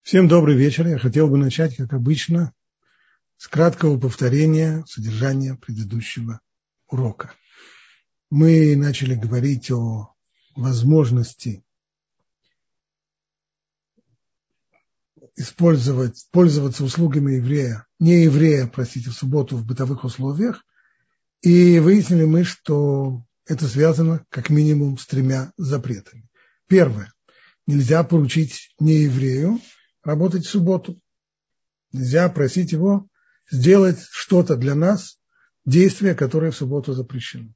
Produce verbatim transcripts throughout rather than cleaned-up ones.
Всем добрый вечер. Я хотел бы начать, как обычно, с краткого повторения содержания предыдущего урока. Мы начали говорить о возможности использовать, пользоваться услугами еврея, не еврея, простите, в субботу в бытовых условиях, и выяснили мы, что это связано как минимум с тремя запретами. Первое. Нельзя поручить нееврею работать в субботу. Нельзя просить его сделать что-то для нас, действие, которое в субботу запрещено.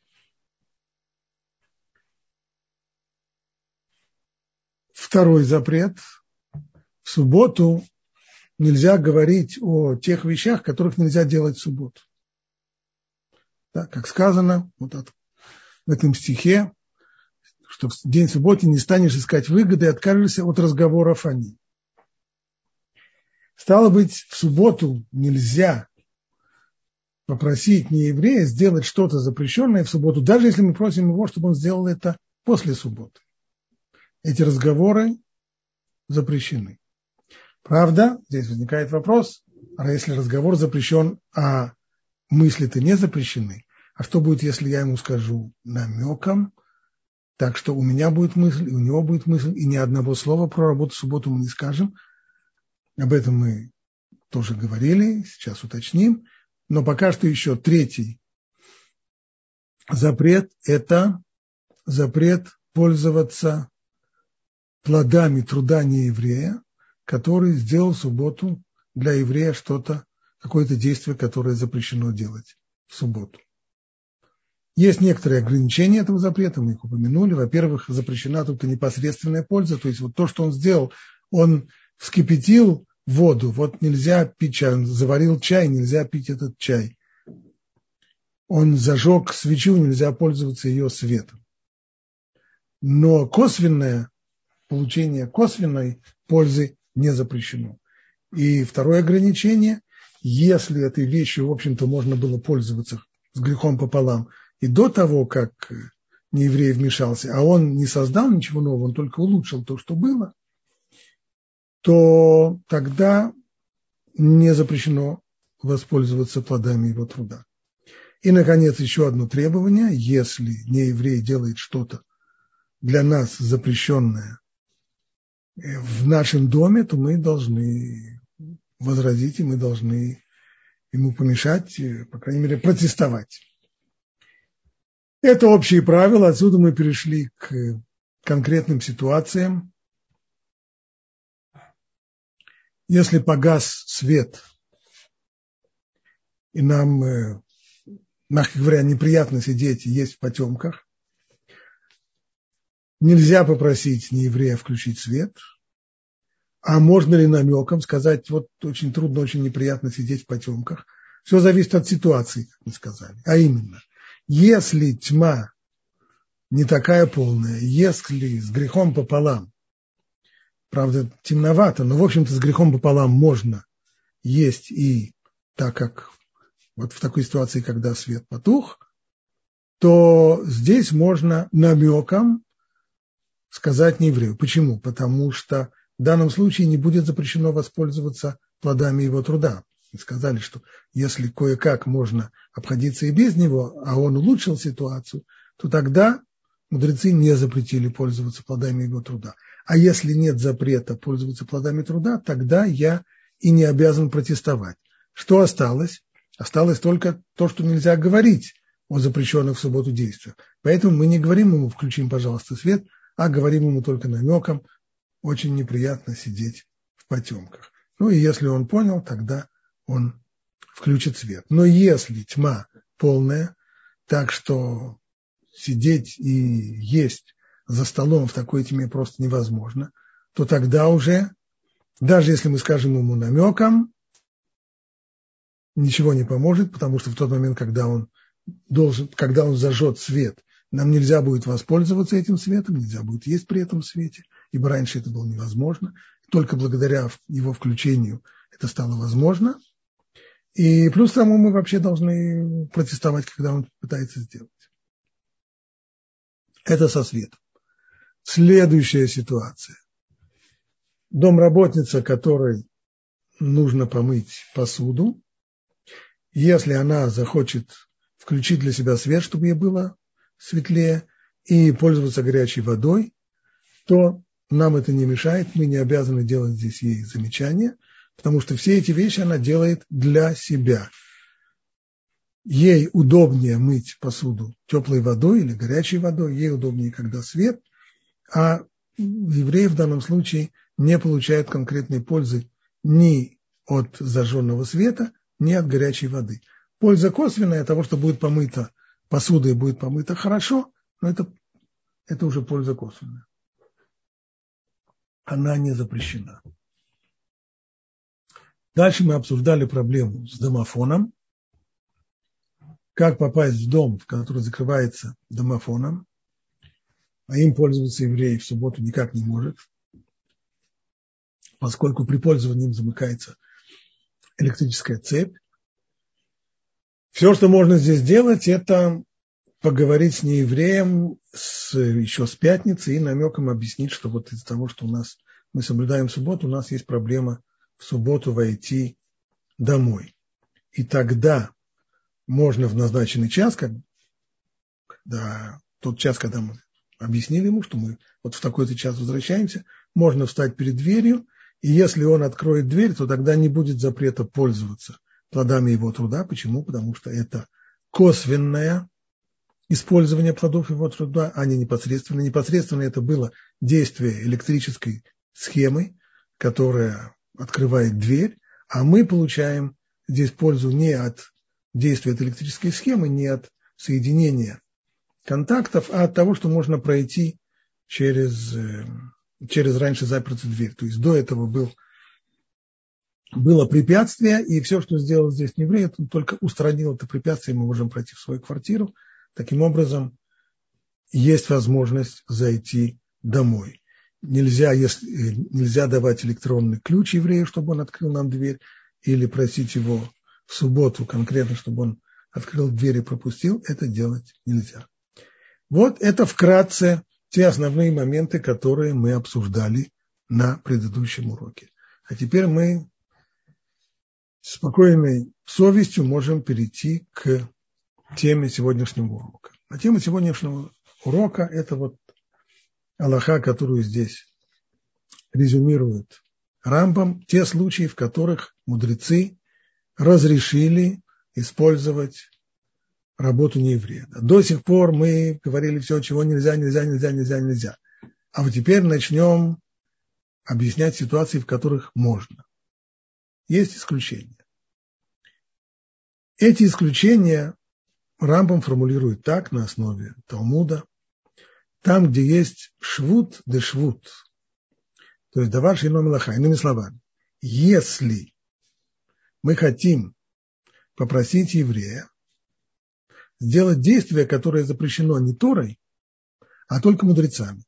Второй запрет. В субботу нельзя говорить о тех вещах, которых нельзя делать в субботу. Да, как сказано вот от, в этом стихе, что в день субботы не станешь искать выгоды и откажешься от разговоров о ней. Стало быть, в субботу нельзя попросить нееврея сделать что-то запрещенное в субботу, даже если мы просим его, чтобы он сделал это после субботы. Эти разговоры запрещены. Правда, здесь возникает вопрос, а если разговор запрещен, а мысли-то не запрещены, а что будет, если я ему скажу намеком, так что у меня будет мысль, и у него будет мысль, и ни одного слова про работу в субботу мы не скажем. Об этом мы тоже говорили, сейчас уточним. Но пока что еще третий запрет – это запрет пользоваться плодами труда нееврея, который сделал в субботу для еврея что-то, какое-то действие, которое запрещено делать в субботу. Есть некоторые ограничения этого запрета, мы их упомянули. Во-первых, запрещена только непосредственная польза, то есть вот то, что он сделал, он вскипятил воду, вот нельзя пить чай, он заварил чай, нельзя пить этот чай. Он зажег свечу, нельзя пользоваться ее светом. Но косвенное получение косвенной пользы не запрещено. И второе ограничение, если этой вещью, в общем-то, можно было пользоваться с грехом пополам и до того, как нееврей вмешался, а он не создал ничего нового, он только улучшил то, что было, то тогда не запрещено воспользоваться плодами его труда. И, наконец, еще одно требование. Если нееврей делает что-то для нас запрещенное в нашем доме, то мы должны возразить, и мы должны ему помешать, по крайней мере, протестовать. Это общие правила. Отсюда мы перешли к конкретным ситуациям. Если погас свет, и нам, мягко говоря, неприятно сидеть и есть в потемках, нельзя попросить нееврея включить свет, а можно ли намеком сказать, вот очень трудно, очень неприятно сидеть в потемках. Все зависит от ситуации, как мы сказали. А именно, если тьма не такая полная, если с грехом пополам, правда, темновато, но, в общем-то, с грехом пополам можно есть и так как вот в такой ситуации, когда свет потух, то здесь можно намеком сказать нееврею. Почему? Потому что в данном случае не будет запрещено воспользоваться плодами его труда. Мы сказали, что если кое-как можно обходиться и без него, а он улучшил ситуацию, то тогда мудрецы не запретили пользоваться плодами его труда. А если нет запрета пользоваться плодами труда, тогда я и не обязан протестовать. Что осталось? Осталось только то, что нельзя говорить о запрещенных в субботу действиях. Поэтому мы не говорим ему «включим, пожалуйста, свет», а говорим ему только намеком «очень неприятно сидеть в потемках». Ну и если он понял, тогда он включит свет. Но если тьма полная, так что сидеть и есть за столом в такой тьме просто невозможно, то тогда уже, даже если мы скажем ему намеком, ничего не поможет, потому что в тот момент, когда он должен, когда он зажжет свет, нам нельзя будет воспользоваться этим светом, нельзя будет есть при этом свете, ибо раньше это было невозможно. Только благодаря его включению это стало возможно. И плюс к тому мы вообще должны протестовать, когда он пытается сделать. Это со светом. Следующая ситуация. домработница, которой нужно помыть посуду, если она захочет включить для себя свет, чтобы ей было светлее, и пользоваться горячей водой, то нам это не мешает, мы не обязаны делать здесь ей замечания, потому что все эти вещи она делает для себя. Ей удобнее мыть посуду теплой водой или горячей водой, ей удобнее, когда свет, а евреи в данном случае не получают конкретной пользы ни от зажженного света, ни от горячей воды. Польза косвенная от того, что будет помыта посуда и будет помыта хорошо, но это, это уже польза косвенная. Она не запрещена. Дальше мы обсуждали проблему с домофоном. Как попасть в дом, в который закрывается домофоном, а им пользоваться еврей в субботу никак не может, поскольку при пользовании им замыкается электрическая цепь. Все, что можно здесь делать, это поговорить с неевреем с, еще с пятницы и намеком объяснить, что вот из-за того, что у нас мы соблюдаем субботу, у нас есть проблема в субботу войти домой. И тогда можно в назначенный час, когда тот час, когда мы объяснили ему, что мы вот в такой-то час возвращаемся, можно встать перед дверью, и если он откроет дверь, то тогда не будет запрета пользоваться плодами его труда. Почему? Потому что это косвенное использование плодов его труда, а не непосредственно. Непосредственно это было действие электрической схемы, которая открывает дверь, а мы получаем здесь пользу не от действия этой электрической схемы, не от соединения контактов, а от того, что можно пройти через, через раньше запертую дверь. То есть до этого был, было препятствие, и все, что сделал здесь еврей, он только устранил это препятствие, и мы можем пройти в свою квартиру. Таким образом, есть возможность зайти домой. Нельзя, если, нельзя давать электронный ключ еврею, чтобы он открыл нам дверь, или просить его в субботу конкретно, чтобы он открыл дверь и пропустил, это делать нельзя. Вот это вкратце те основные моменты, которые мы обсуждали на предыдущем уроке. А теперь мы с спокойной совестью можем перейти к теме сегодняшнего урока. А тема сегодняшнего урока – это вот алаха, которую здесь резюмирует Рамбам, те случаи, в которых мудрецы разрешили использовать работу нееврея. До сих пор мы говорили все, чего нельзя, нельзя, нельзя, нельзя, нельзя. А вот теперь начнем объяснять ситуации, в которых можно. Есть исключения. Эти исключения Рамбам формулирует так на основе Талмуда. Там, где есть швут де швут, то есть давар шейно мелаха, иными словами, если мы хотим попросить еврея сделать действие, которое запрещено не Торой, а только мудрецами,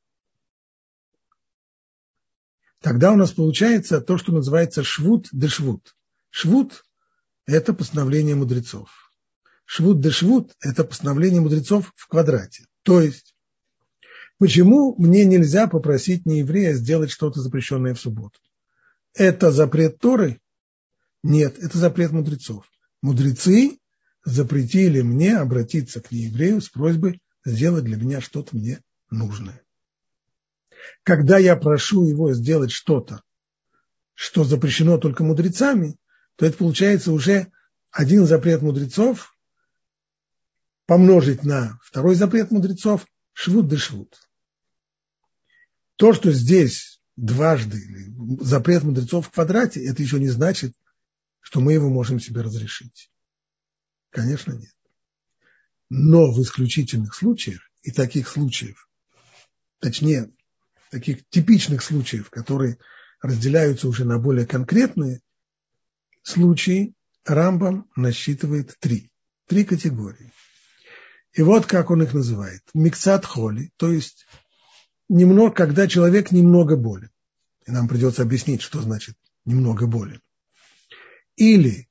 тогда у нас получается то, что называется швут де швут. Швут – это постановление мудрецов. Швут де швут – это постановление мудрецов в квадрате. То есть, почему мне нельзя попросить нееврея сделать что-то запрещенное в субботу? Это запрет Торы? Нет, это запрет мудрецов. Мудрецы запретили мне обратиться к нееврею с просьбой сделать для меня что-то мне нужное. Когда я прошу его сделать что-то, что запрещено только мудрецами, то это получается уже один запрет мудрецов помножить на второй запрет мудрецов швут де швут. То, что здесь дважды запрет мудрецов в квадрате, это еще не значит, что мы его можем себе разрешить. Конечно, нет. Но в исключительных случаях, и таких случаев, точнее, таких типичных случаев, которые разделяются уже на более конкретные случаи, Рамбам насчитывает три. Три категории. И вот как он их называет. Миксат холи, то есть немного, когда человек немного болен. И нам придется объяснить, что значит немного болен. Или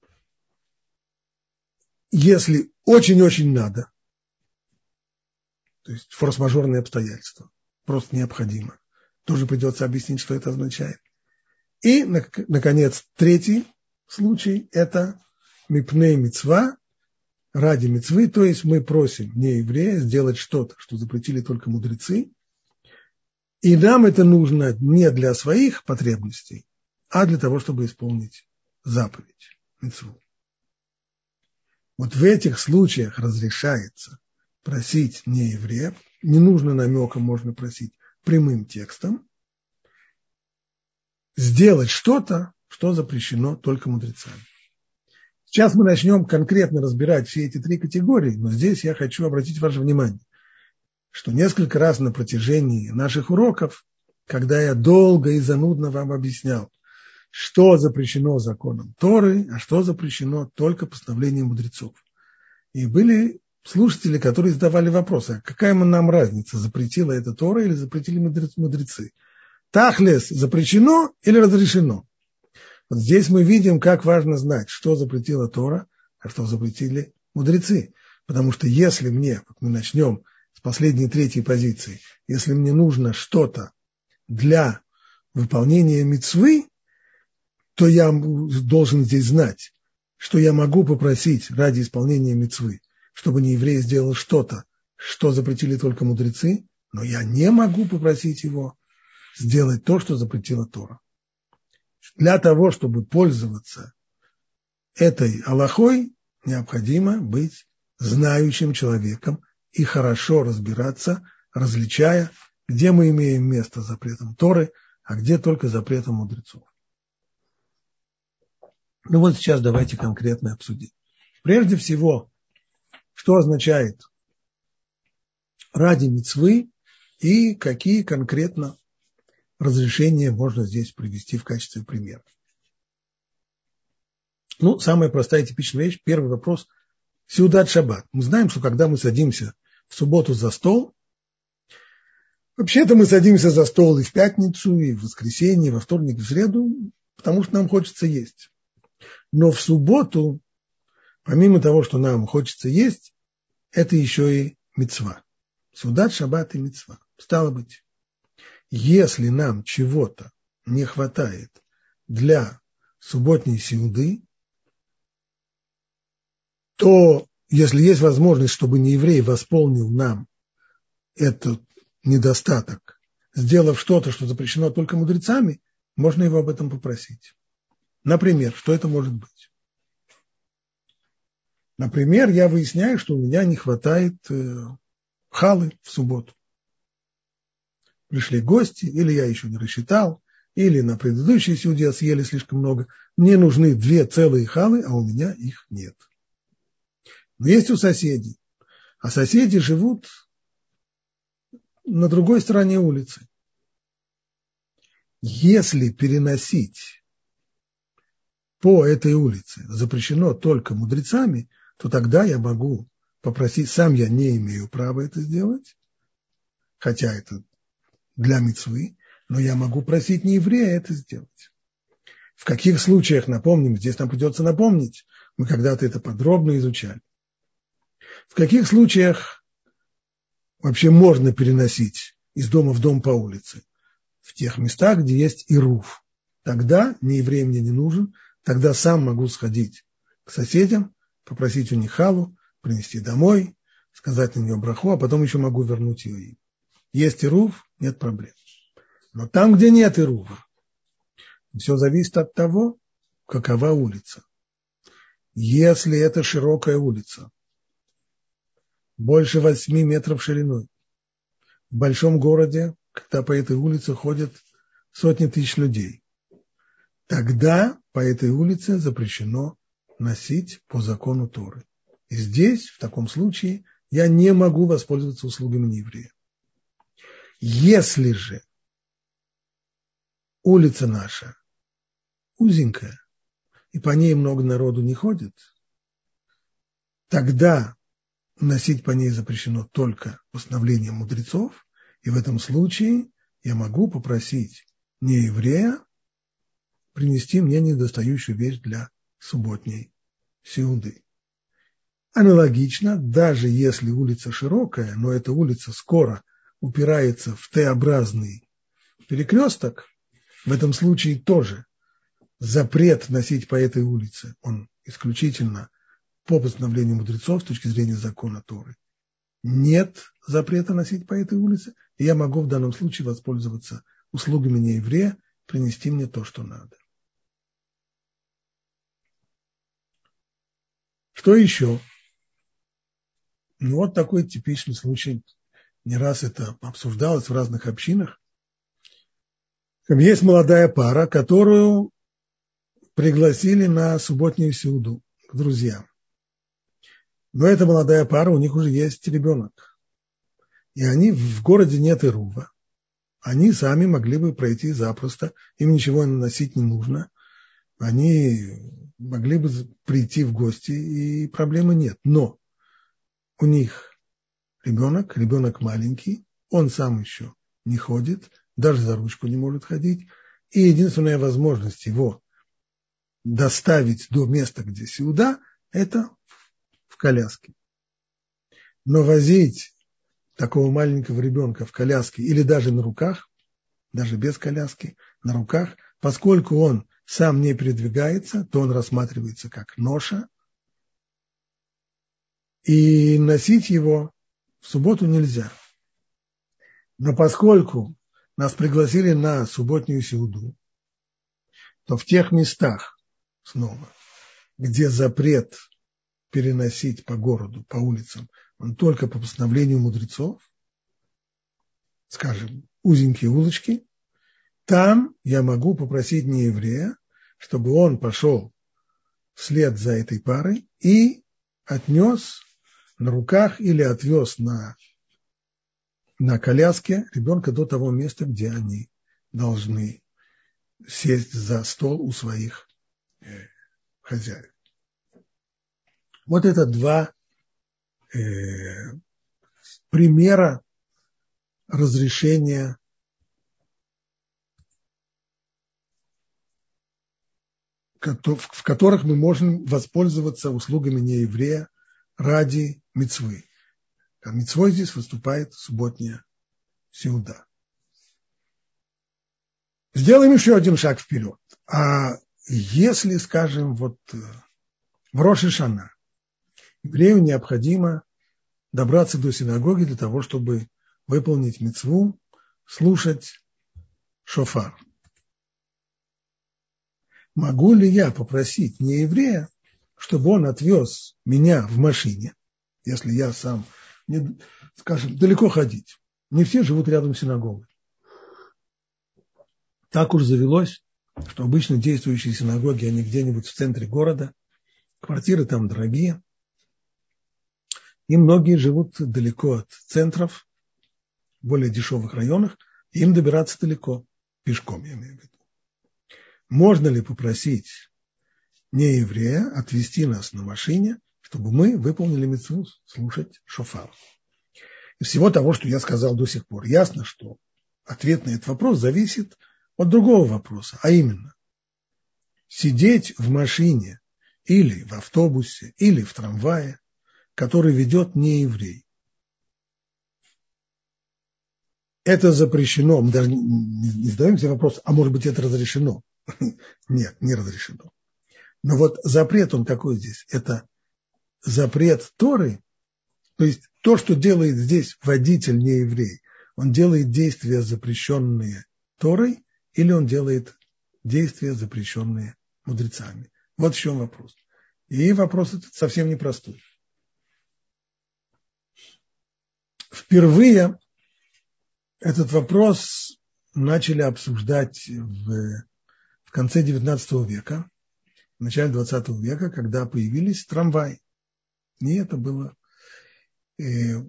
если очень-очень надо, то есть форс-мажорные обстоятельства, просто необходимо, Тоже придется объяснить, что это означает. И, наконец, третий случай – это мипней мицва, ради мицвы, то есть мы просим нееврея сделать что-то, что запретили только мудрецы, и нам это нужно не для своих потребностей, а для того, чтобы исполнить заповедь, мицву. Вот в этих случаях разрешается просить неевреев, не нужно намеком, можно просить прямым текстом, сделать что-то, что запрещено только мудрецами. Сейчас мы начнем конкретно разбирать все эти три категории, но здесь я хочу обратить ваше внимание, что несколько раз на протяжении наших уроков, когда я долго и занудно вам объяснял, что запрещено законом Торы, а что запрещено только постановлением мудрецов. И были слушатели, которые задавали вопросы, а какая нам разница, запретила это Тора или запретили мудрецы? Тахлес запрещено или разрешено? Вот здесь мы видим, как важно знать, что запретила Тора, а что запретили мудрецы. Потому что если мне, вот мы начнем с последней третьей позиции, если мне нужно что-то для выполнения мицвы, то я должен здесь знать, что я могу попросить ради исполнения мицвы, чтобы нееврей сделал что-то, что запретили только мудрецы, но я не могу попросить его сделать то, что запретила Тора. Для того, чтобы пользоваться этой алахой, необходимо быть знающим человеком и хорошо разбираться, различая, где мы имеем место запретом Торы, а где только запретом мудрецов. Ну вот сейчас давайте конкретно обсудим. Прежде всего, что означает ради мицвы и какие конкретно разрешения можно здесь привести в качестве примера. Ну, самая простая и типичная вещь. Первый вопрос. Сеудат шаббат. Мы знаем, что когда мы садимся в субботу за стол, вообще-то мы садимся за стол и в пятницу, и в воскресенье, и во вторник, и в среду, потому что нам хочется есть. Но в субботу, помимо того, что нам хочется есть, это еще и мицва. Сеудат шаббат и мицва. Стало быть, если нам чего-то не хватает для субботней сеуды, то если есть возможность, чтобы нееврей восполнил нам этот недостаток, сделав что-то, что запрещено только мудрецами, можно его об этом попросить. Например, что это может быть? Например, я выясняю, что у меня не хватает э, халы в субботу. Пришли гости, или я еще не рассчитал, или на предыдущей сеуде съели слишком много. Мне нужны две целые халы, а у меня их нет. Но есть у соседей. А соседи живут на другой стороне улицы. Если переносить по этой улице запрещено только мудрецами, то тогда я могу попросить, сам я не имею права это сделать, хотя это для мицвы, но я могу просить нееврея это сделать. В каких случаях, напомним, здесь нам придется напомнить, мы когда-то это подробно изучали. В каких случаях вообще можно переносить из дома в дом по улице? В тех местах, где есть ируф. Тогда нееврей мне не нужен, тогда сам могу сходить к соседям, попросить у них халу, принести домой, сказать на нее браху, а потом еще могу вернуть ее им. Есть ируф, нет проблем. Но там, где нет ируфа, все зависит от того, какова улица. Если это широкая улица, больше восьми метров шириной, в большом городе, когда по этой улице ходят сотни тысяч людей, тогда по этой улице запрещено носить по закону Торы. И здесь, в таком случае, я не могу воспользоваться услугами нееврея. Если же улица наша узенькая, и по ней много народу не ходит, тогда носить по ней запрещено только постановлением мудрецов, и в этом случае я могу попросить нееврея принести мне недостающую вещь для субботней сеуды. Аналогично, даже если улица широкая, но эта улица скоро упирается в Т-образный перекресток, в этом случае тоже запрет носить по этой улице, он исключительно по постановлению мудрецов с точки зрения закона Торы. Нет запрета носить по этой улице, и я могу в данном случае воспользоваться услугами нееврея, принести мне то, что надо. Что еще? Ну, вот такой типичный случай. Не раз это обсуждалось в разных общинах. Есть молодая пара, которую пригласили на субботнюю сеуду к друзьям. Но эта молодая пара, у них уже есть ребенок. И они в городе нет Ирува. Они сами могли бы пройти запросто, им ничего наносить не нужно. Они могли бы прийти в гости, и проблемы нет. Но у них ребенок, ребенок маленький, он сам еще не ходит, даже за ручку не может ходить. И единственная возможность его доставить до места, где сеуда, это в коляске. Но возить такого маленького ребенка в коляске или даже на руках, даже без коляски, на руках, поскольку он сам не передвигается, то он рассматривается как ноша, и носить его в субботу нельзя. Но поскольку нас пригласили на субботнюю сеуду, то в тех местах, снова, где запрет переносить по городу, по улицам, он только по постановлению мудрецов, скажем, узенькие улочки, там я могу попросить нееврея, чтобы он пошел вслед за этой парой и отнес на руках или отвез на, на коляске ребенка до того места, где они должны сесть за стол у своих э, хозяев. Вот это два э, примера разрешения в которых мы можем воспользоваться услугами нееврея ради мицвы. А мицвой здесь выступает субботняя сеуда. Сделаем еще один шаг вперед. А если, скажем, вот в Рош ха-Шана еврею необходимо добраться до синагоги для того, чтобы выполнить мицву, слушать шофар. Могу ли я попросить нееврея, чтобы он отвез меня в машине, если я сам, не, скажем, далеко ходить? Не все живут рядом с синагогой. Так уж завелось, что обычно действующие синагоги, они где-нибудь в центре города, квартиры там дорогие, и многие живут далеко от центров, в более дешевых районах, и им добираться далеко, пешком, я имею в виду. Можно ли попросить нееврея отвезти нас на машине, чтобы мы выполнили мицву слушать шофар? Из всего того, что я сказал до сих пор, ясно, что ответ на этот вопрос зависит от другого вопроса, а именно, сидеть в машине или в автобусе, или в трамвае, который ведет нееврей. Это запрещено, мы даже не задаем себе вопрос, а может быть это разрешено? Нет, не разрешено. Но вот запрет он какой здесь? Это запрет Торы, то есть то, что делает здесь водитель нееврей, он делает действия, запрещенные Торой, или он делает действия, запрещенные мудрецами. Вот в чем вопрос. И вопрос этот совсем непростой. Впервые этот вопрос начали обсуждать в, в конце девятнадцатого века, в начале двадцатого века, когда появились трамваи. И это было... Э,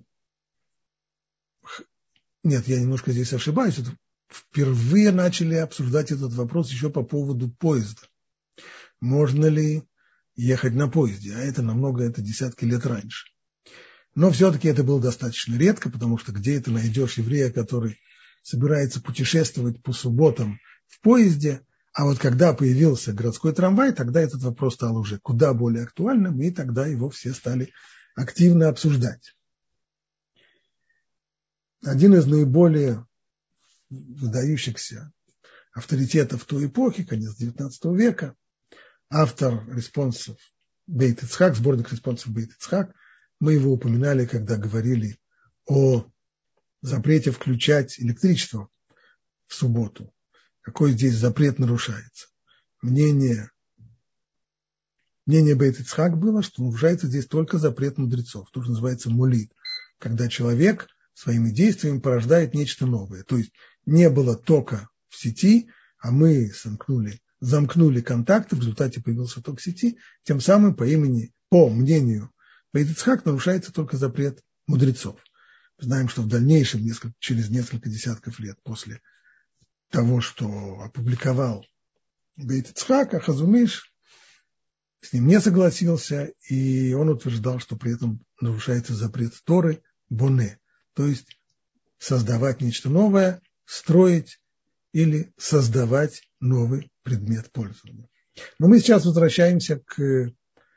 нет, я немножко здесь ошибаюсь. Это впервые начали обсуждать этот вопрос еще по поводу поезда. Можно ли ехать на поезде? А это намного, это десятки лет раньше. Но все-таки это было достаточно редко, потому что где ты найдешь еврея, который собирается путешествовать по субботам в поезде, а вот когда появился городской трамвай, тогда этот вопрос стал уже куда более актуальным, и тогда его все стали активно обсуждать. Один из наиболее выдающихся авторитетов той эпохи, конец девятнадцатого века, автор респонсов Бейт Ицхак, сборник респонсов Бейт Ицхак. Мы его упоминали, когда говорили о запрете включать электричество в субботу. Какой здесь запрет нарушается? Мнение, мнение Бейт Ицхак было, что нарушается здесь только запрет мудрецов, то, что называется мулит, когда человек своими действиями порождает нечто новое. То есть не было тока в сети, а мы замкнули, замкнули контакты, в результате появился ток сети, тем самым по имени, по мнению Бейт Ицхак нарушается только запрет мудрецов. Знаем, что в дальнейшем, несколько, через несколько десятков лет после того, что опубликовал Бейт Ицхак, а Хазон Иш с ним не согласился, и он утверждал, что при этом нарушается запрет Торы боне, то есть создавать нечто новое, строить или создавать новый предмет пользования. Но мы сейчас возвращаемся к, э,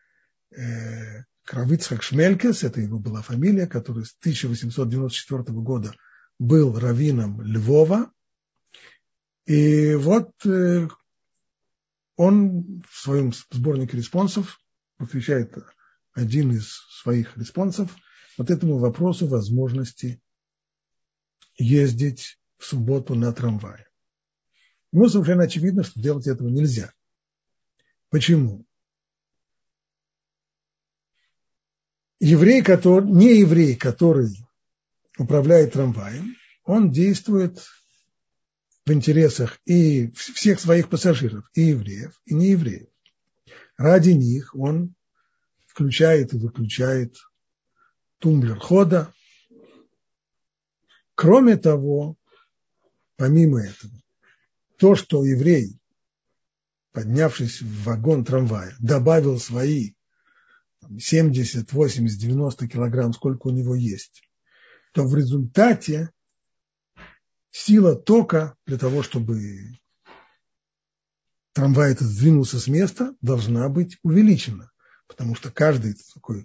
к Рав Ицхак Шмелькес, это его была фамилия, который с тысяча восемьсот девяносто четвёртого года был раввином Львова. И вот э, он в своем сборнике респонсов посвящает один из своих респонсов вот этому вопросу возможности ездить в субботу на трамвае. Ему совершенно очевидно, что делать этого нельзя. Почему? Еврей, который, не еврей, который управляет трамваем, он действует в интересах и всех своих пассажиров, и евреев, и неевреев. Ради них он включает и выключает тумблер хода. Кроме того, помимо этого, то, что еврей, поднявшись в вагон трамвая, добавил свои семьдесят, восемьдесят, девяносто килограмм, сколько у него есть, то в результате сила тока для того, чтобы трамвай этот сдвинулся с места, должна быть увеличена, потому что каждый такой,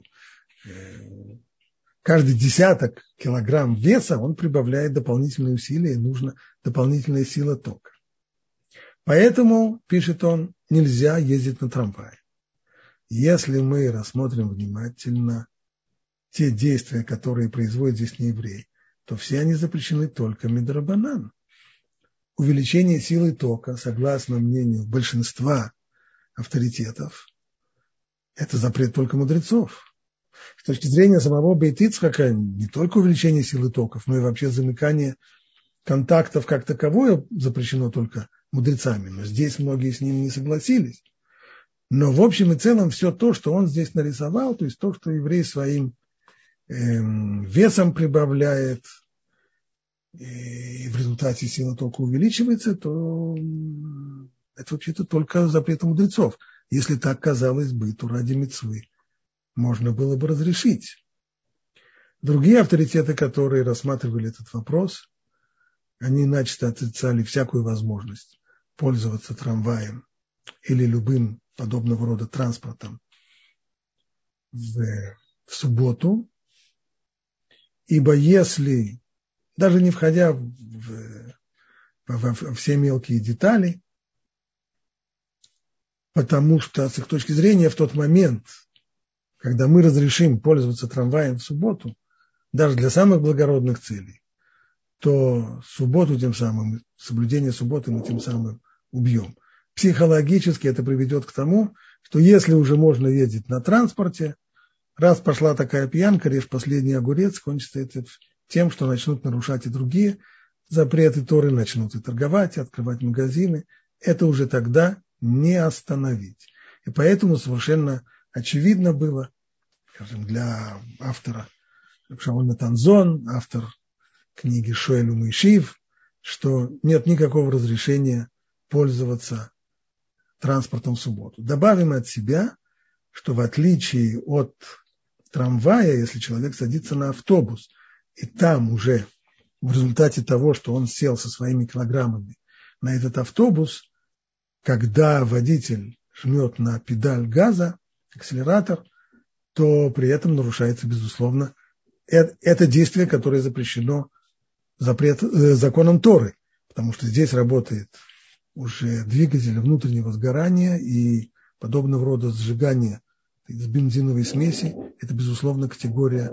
каждый десяток килограмм веса, он прибавляет дополнительные усилия, и нужна дополнительная сила тока. Поэтому, пишет он, нельзя ездить на трамвае. Если мы рассмотрим внимательно те действия, которые производит здесь нееврей, то все они запрещены только мидрабанан. Увеличение силы тока, согласно мнению большинства авторитетов, это запрет только мудрецов. С точки зрения самого Бейт Ицхака, не только увеличение силы токов, но и вообще замыкание контактов как таковое запрещено только мудрецами. Но здесь многие с ним не согласились. Но в общем и целом все то, что он здесь нарисовал, то есть то, что еврей своим эм, весом прибавляет, и в результате сила тока увеличивается, то это вообще-то только запрет мудрецов. Если так, казалось бы, то ради мицвы можно было бы разрешить. Другие авторитеты, которые рассматривали этот вопрос, они начисто отрицали всякую возможность пользоваться трамваем или любым подобного рода транспортом в, в субботу, ибо если, даже не входя в, в, во, во все мелкие детали, потому что с их точки зрения в тот момент, когда мы разрешим пользоваться трамваем в субботу, даже для самых благородных целей, то субботу тем самым, соблюдение субботы мы тем самым убьем. Психологически это приведет к тому, что если уже можно ездить на транспорте, раз пошла такая пьянка, режь последний огурец, кончится это тем, что начнут нарушать и другие запреты Торы, начнут и торговать, и открывать магазины. Это уже тогда не остановить. И поэтому совершенно очевидно было, скажем, для автора Шаоль Натан Зон, автор книги Шоэль Умейшив, что нет никакого разрешения пользоваться транспортом в субботу. Добавим от себя, что в отличие от трамвая, если человек садится на автобус, и там уже в результате того, что он сел со своими килограммами на этот автобус, когда водитель жмет на педаль газа, акселератор, то при этом нарушается, безусловно, это действие, которое запрещено запрет, э, законом Торы. потому что здесь работает уже двигатель внутреннего сгорания, и подобного рода сжигание из бензиновой смеси – это, безусловно, категория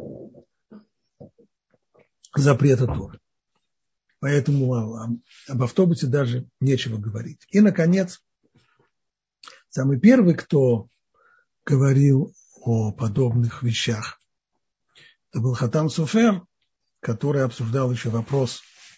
запрета Торы. Поэтому об автобусе даже нечего говорить. И, наконец, самый первый, кто говорил о подобных вещах, это был Хатам Софер, который обсуждал еще вопрос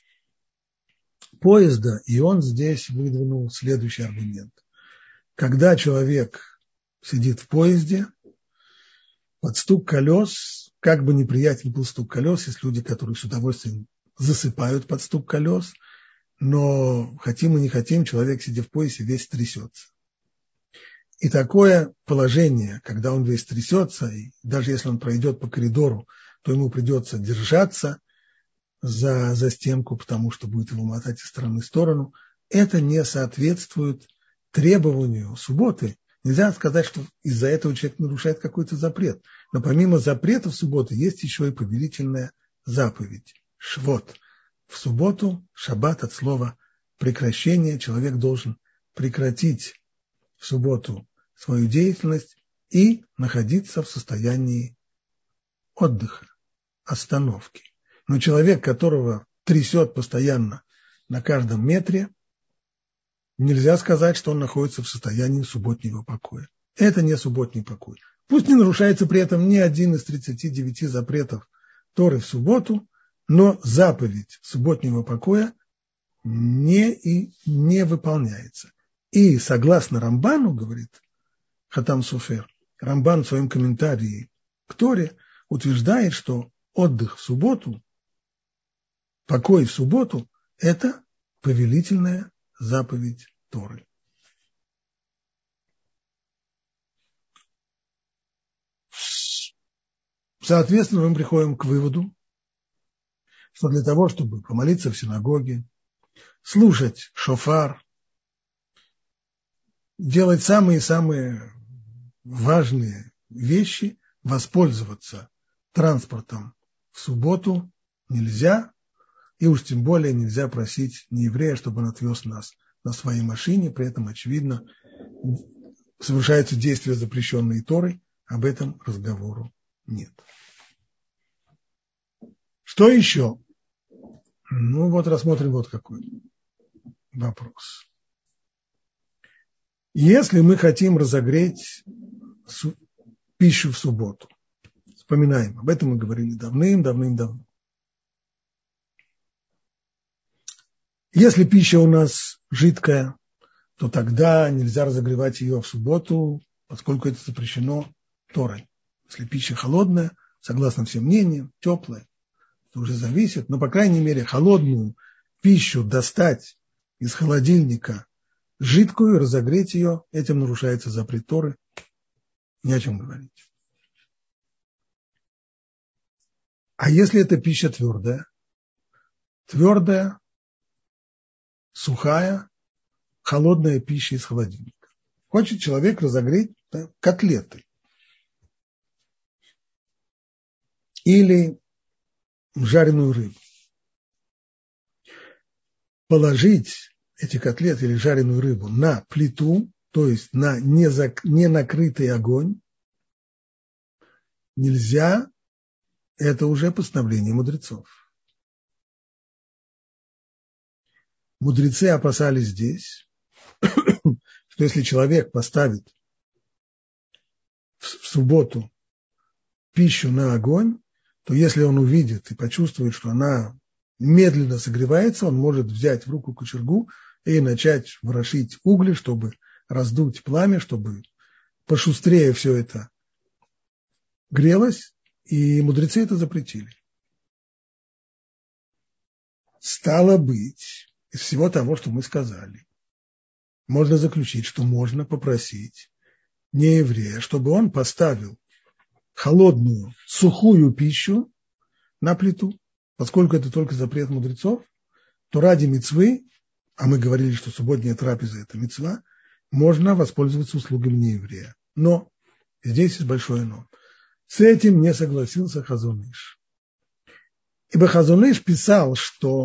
поезда, и он здесь выдвинул следующий аргумент. Когда человек сидит в поезде, под стук колес, как бы неприятен был стук колес, есть люди, которые с удовольствием засыпают под стук колес, но хотим и не хотим, человек, сидя в поезде, весь трясется. И такое положение, когда он весь трясется, и даже если он пройдет по коридору, то ему придется держаться за, за стенку, потому что будет его мотать из стороны в сторону, это не соответствует требованию субботы. Нельзя сказать, что из-за этого человек нарушает какой-то запрет. Но помимо запретов субботы есть еще и повелительная заповедь. Швот. В субботу, шаббат от слова прекращение, человек должен прекратить в субботу свою деятельность и находиться в состоянии отдыха, остановки. Но человек, которого трясет постоянно на каждом метре, нельзя сказать, что он находится в состоянии субботнего покоя. Это не субботний покой. Пусть не нарушается при этом ни один из тридцати девяти запретов Торы в субботу, но заповедь субботнего покоя не, и не выполняется. И согласно Рамбану, говорит Хатам Софер, Рамбан в своем комментарии к Торе утверждает, что отдых в субботу, покой в субботу – это повелительная заповедь Торы. Соответственно, мы приходим к выводу, что для того, чтобы помолиться в синагоге, слушать шофар, делать самые-самые важные вещи, воспользоваться транспортом в субботу нельзя, и уж тем более нельзя просить нееврея, чтобы он отвез нас на своей машине, при этом, очевидно, совершаются действия, запрещенные Торой, об этом разговору нет. Что еще? Ну вот рассмотрим вот какой вопрос. Если мы хотим разогреть пищу в субботу, вспоминаем, об этом мы говорили давным-давным-давно. Если пища у нас жидкая, то тогда нельзя разогревать ее в субботу, поскольку это запрещено Торой. Если пища холодная, согласно всем мнениям, теплая, то уже зависит, но, по крайней мере, холодную пищу достать из холодильника жидкую, разогреть ее, этим нарушается запрет Торы, не о чем говорить. А если эта пища твердая, твердая, сухая, холодная пища из холодильника. Хочет человек разогреть, да, котлеты. Или жареную рыбу. Положить эти котлеты или жареную рыбу на плиту, то есть на ненакрытый огонь, нельзя, это уже постановление мудрецов. Мудрецы опасались здесь, что если человек поставит в субботу пищу на огонь, то если он увидит и почувствует, что она медленно согревается, он может взять в руку кочергу и начать ворошить угли, чтобы раздуть пламя, чтобы пошустрее все это грелось, и мудрецы это запретили. Стало быть, из всего того, что мы сказали, можно заключить, что можно попросить нееврея, чтобы он поставил холодную, сухую пищу на плиту, поскольку это только запрет мудрецов, то ради мицвы, а мы говорили, что субботняя трапеза – это мицва, можно воспользоваться услугами нееврея. Но здесь есть большое но. С этим не согласился Хазон Иш. Ибо Хазон Иш писал, что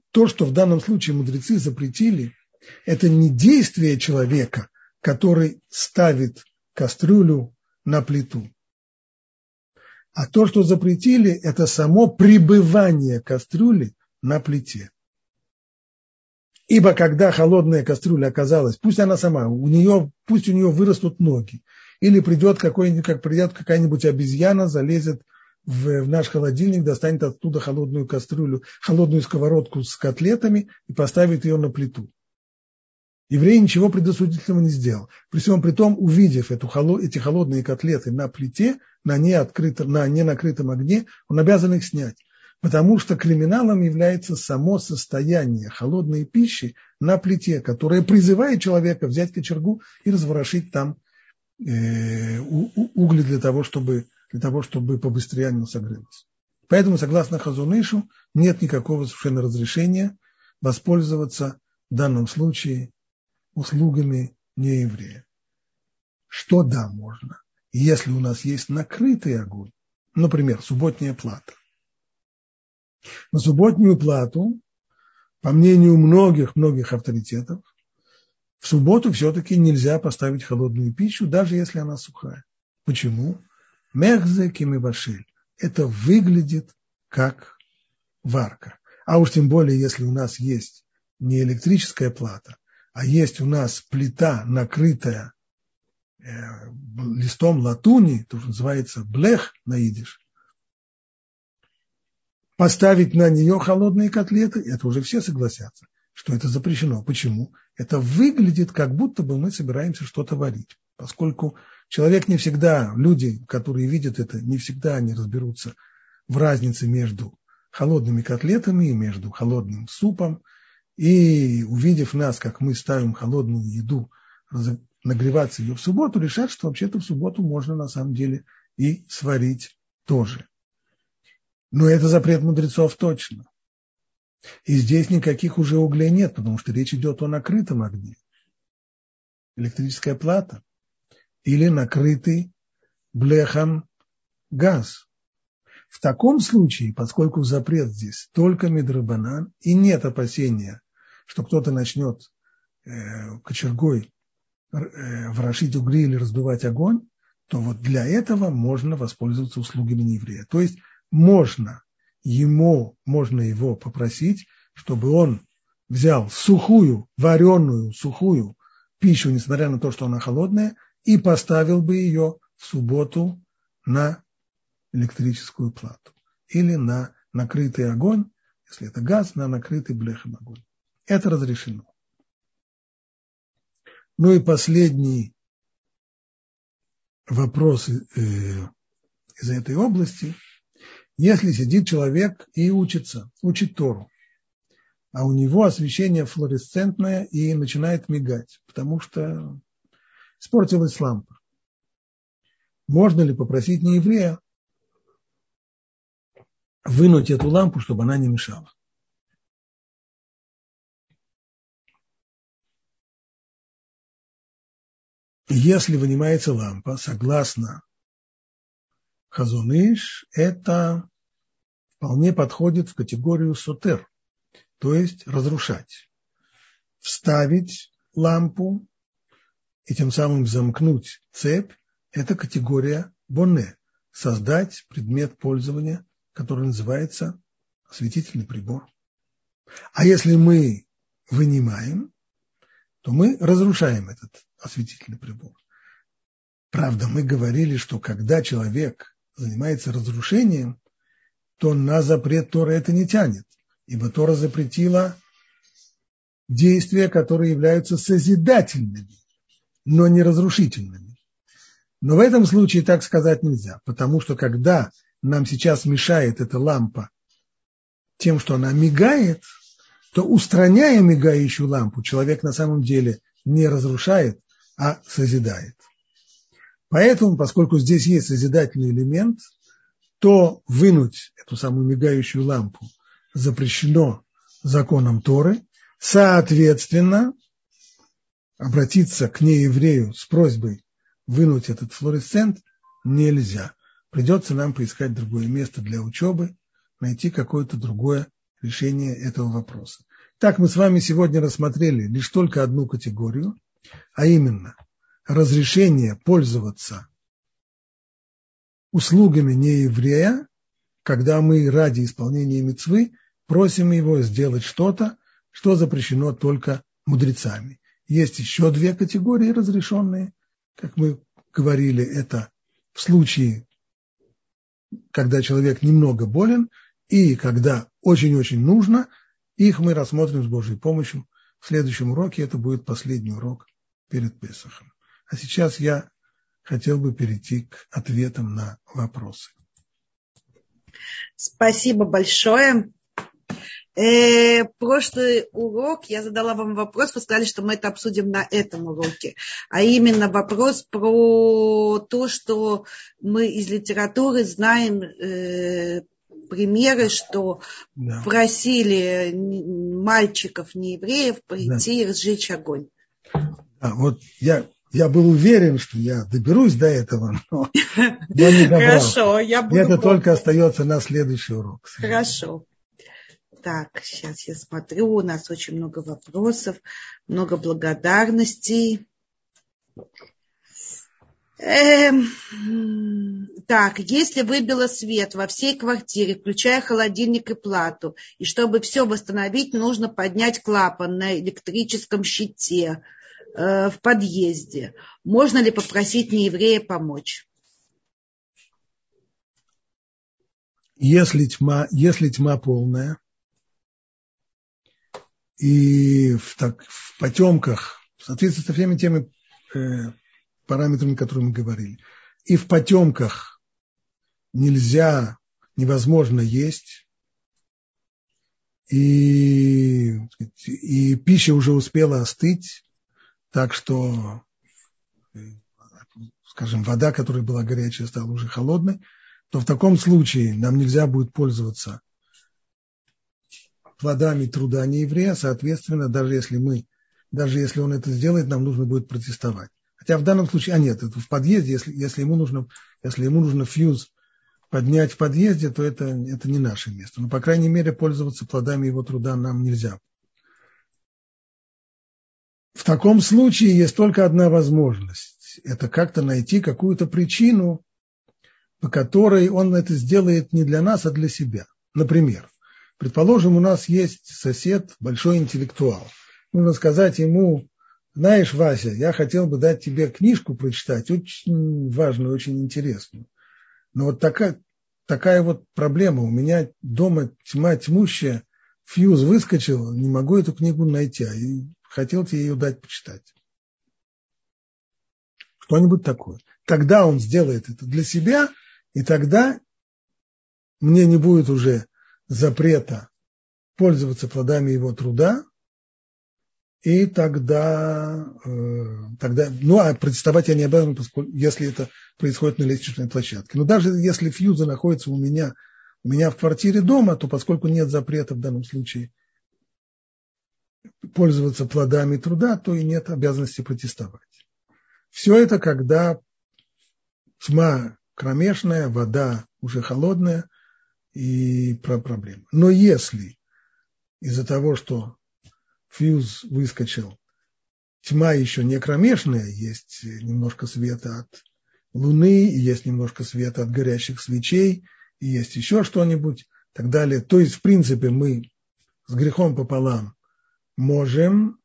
то, что в данном случае мудрецы запретили, это не действие человека, который ставит кастрюлю на плиту. А то, что запретили, это само пребывание кастрюли на плите. Ибо когда холодная кастрюля оказалась, пусть она сама, у нее, пусть у нее вырастут ноги, или придет, какой-нибудь, как придет какая-нибудь обезьяна, залезет в, в наш холодильник, достанет оттуда холодную кастрюлю, холодную сковородку с котлетами и поставит ее на плиту. Еврей ничего предосудительного не сделал. При всем при том, увидев эту, эти холодные котлеты на плите, на, неоткрытом, на ненакрытом огне, он обязан их снять. Потому что криминалом является само состояние холодной пищи на плите, которое призывает человека взять кочергу и разворошить там э, угли для того, чтобы, для того, чтобы побыстрее оно согрелось. Поэтому, согласно Хазон Ишу, нет никакого совершенно разрешения воспользоваться в данном случае услугами нееврея. Что да, можно, если у нас есть накрытый огонь, например, субботняя плата. На субботнюю плату, по мнению многих-многих авторитетов, в субботу все-таки нельзя поставить холодную пищу, даже если она сухая. Почему? Мехзе кимибашиль. Это выглядит как варка. А уж тем более, если у нас есть не электрическая плата, а есть у нас плита, накрытая э, листом латуни, то, что называется блех на идиш, поставить на нее холодные котлеты, это уже все согласятся, что это запрещено. Почему? Это выглядит, как будто бы мы собираемся что-то варить. Поскольку человек не всегда, люди, которые видят это, не всегда они разберутся в разнице между холодными котлетами и между холодным супом. И увидев нас, как мы ставим холодную еду, нагреваться ее в субботу, решат, что вообще-то в субботу можно на самом деле и сварить тоже. Но это запрет мудрецов точно. И здесь никаких уже углей нет, потому что речь идет о накрытом огне. Электрическая плата или накрытый блехом газ. В таком случае, поскольку запрет здесь только мидрабанан и нет опасения, что кто-то начнет э, кочергой э, ворошить угли или раздувать огонь, то вот для этого можно воспользоваться услугами нееврея. То есть можно ему, можно его попросить, чтобы он взял сухую, вареную, сухую пищу, несмотря на то, что она холодная, и поставил бы ее в субботу на электрическую плату или на накрытый огонь, если это газ, на накрытый блехом огонь. Это разрешено. Ну и последний вопрос э, из этой области. Если сидит человек и учится, учит Тору, а у него освещение флуоресцентное и начинает мигать, потому что испортилась лампа. Можно ли попросить нееврея вынуть эту лампу, чтобы она не мешала? Если вынимается лампа, согласно Хазон Иш, это вполне подходит в категорию сотер, то есть разрушать. Вставить лампу и тем самым замкнуть цепь – это категория боне, создать предмет пользования, который называется осветительный прибор. А если мы вынимаем, то мы разрушаем этот осветительный прибор. Правда, мы говорили, что когда человек занимается разрушением, то на запрет Торы это не тянет, ибо Тора запретила действия, которые являются созидательными, но не разрушительными. Но в этом случае так сказать нельзя, потому что когда нам сейчас мешает эта лампа тем, что она мигает, то, устраняя мигающую лампу, человек на самом деле не разрушает, а созидает. Поэтому, поскольку здесь есть созидательный элемент, то вынуть эту самую мигающую лампу запрещено законом Торы. Соответственно, обратиться к нееврею с просьбой вынуть этот флуоресцент нельзя. Придется нам поискать другое место для учебы, найти какое-то другое решение этого вопроса. Так мы с вами сегодня рассмотрели лишь только одну категорию, а именно разрешение пользоваться услугами нееврея, когда мы ради исполнения мицвы просим его сделать что-то, что запрещено только мудрецами. Есть еще две категории разрешенные, как мы говорили, это в случае, когда человек немного болен, и когда очень-очень нужно, их мы рассмотрим с Божьей помощью. В следующем уроке это будет последний урок перед Песахом. А сейчас я хотел бы перейти к ответам на вопросы. Спасибо большое. Э, прошлый урок я задала вам вопрос, вы сказали, что мы это обсудим на этом уроке, а именно вопрос про то, что мы из литературы знаем э, примеры, что да. просили мальчиков неевреев прийти да. и сжечь огонь. А вот я, я был уверен, что я доберусь до этого, но я не добрался. Хорошо, я буду это пробовать. Только остается на следующий урок. Хорошо. Так, сейчас я смотрю, у нас очень много вопросов, много благодарностей. Эм, так, если выбило свет во всей квартире, включая холодильник и плату, и чтобы все восстановить, нужно поднять клапан на электрическом щите э, в подъезде. Можно ли попросить нееврея помочь? Если тьма, если тьма полная, и в, так, в потемках, в соответствии со всеми теми э, параметрами, которые мы говорили, и в потемках нельзя, невозможно есть, и, и пища уже успела остыть, так что, скажем, вода, которая была горячая, стала уже холодной, то в таком случае нам нельзя будет пользоваться плодами труда нееврея, соответственно, даже если мы, даже если он это сделает, нам нужно будет протестовать. Хотя в данном случае, а нет, это в подъезде, если, если, ему, нужно, если ему нужно фьюз поднять в подъезде, то это, это не наше место. Но, по крайней мере, пользоваться плодами его труда нам нельзя. В таком случае есть только одна возможность. Это как-то найти какую-то причину, по которой он это сделает не для нас, а для себя. Например, предположим, у нас есть сосед, большой интеллектуал. Нужно сказать ему: знаешь, Вася, я хотел бы дать тебе книжку прочитать, очень важную, очень интересную. Но вот такая, такая вот проблема. У меня дома тьма тьмущая, фьюз выскочил, не могу эту книгу найти, а хотел тебе ее дать почитать. Что-нибудь такое. Тогда он сделает это для себя, и тогда мне не будет уже запрета пользоваться плодами его труда, и тогда, э, тогда, ну, а протестовать я не обязан, поскольку, если это происходит на лестничной площадке. Но даже если фьюзы находятся у меня, у меня в квартире дома, то поскольку нет запрета в данном случае пользоваться плодами труда, то и нет обязанности протестовать. Все это, когда тьма кромешная, вода уже холодная, и про проблемы. Но если из-за того, что фьюз выскочил, тьма еще не кромешная, есть немножко света от луны, и есть немножко света от горящих свечей, и есть еще что-нибудь, и так далее. То есть, в принципе, мы с грехом пополам можем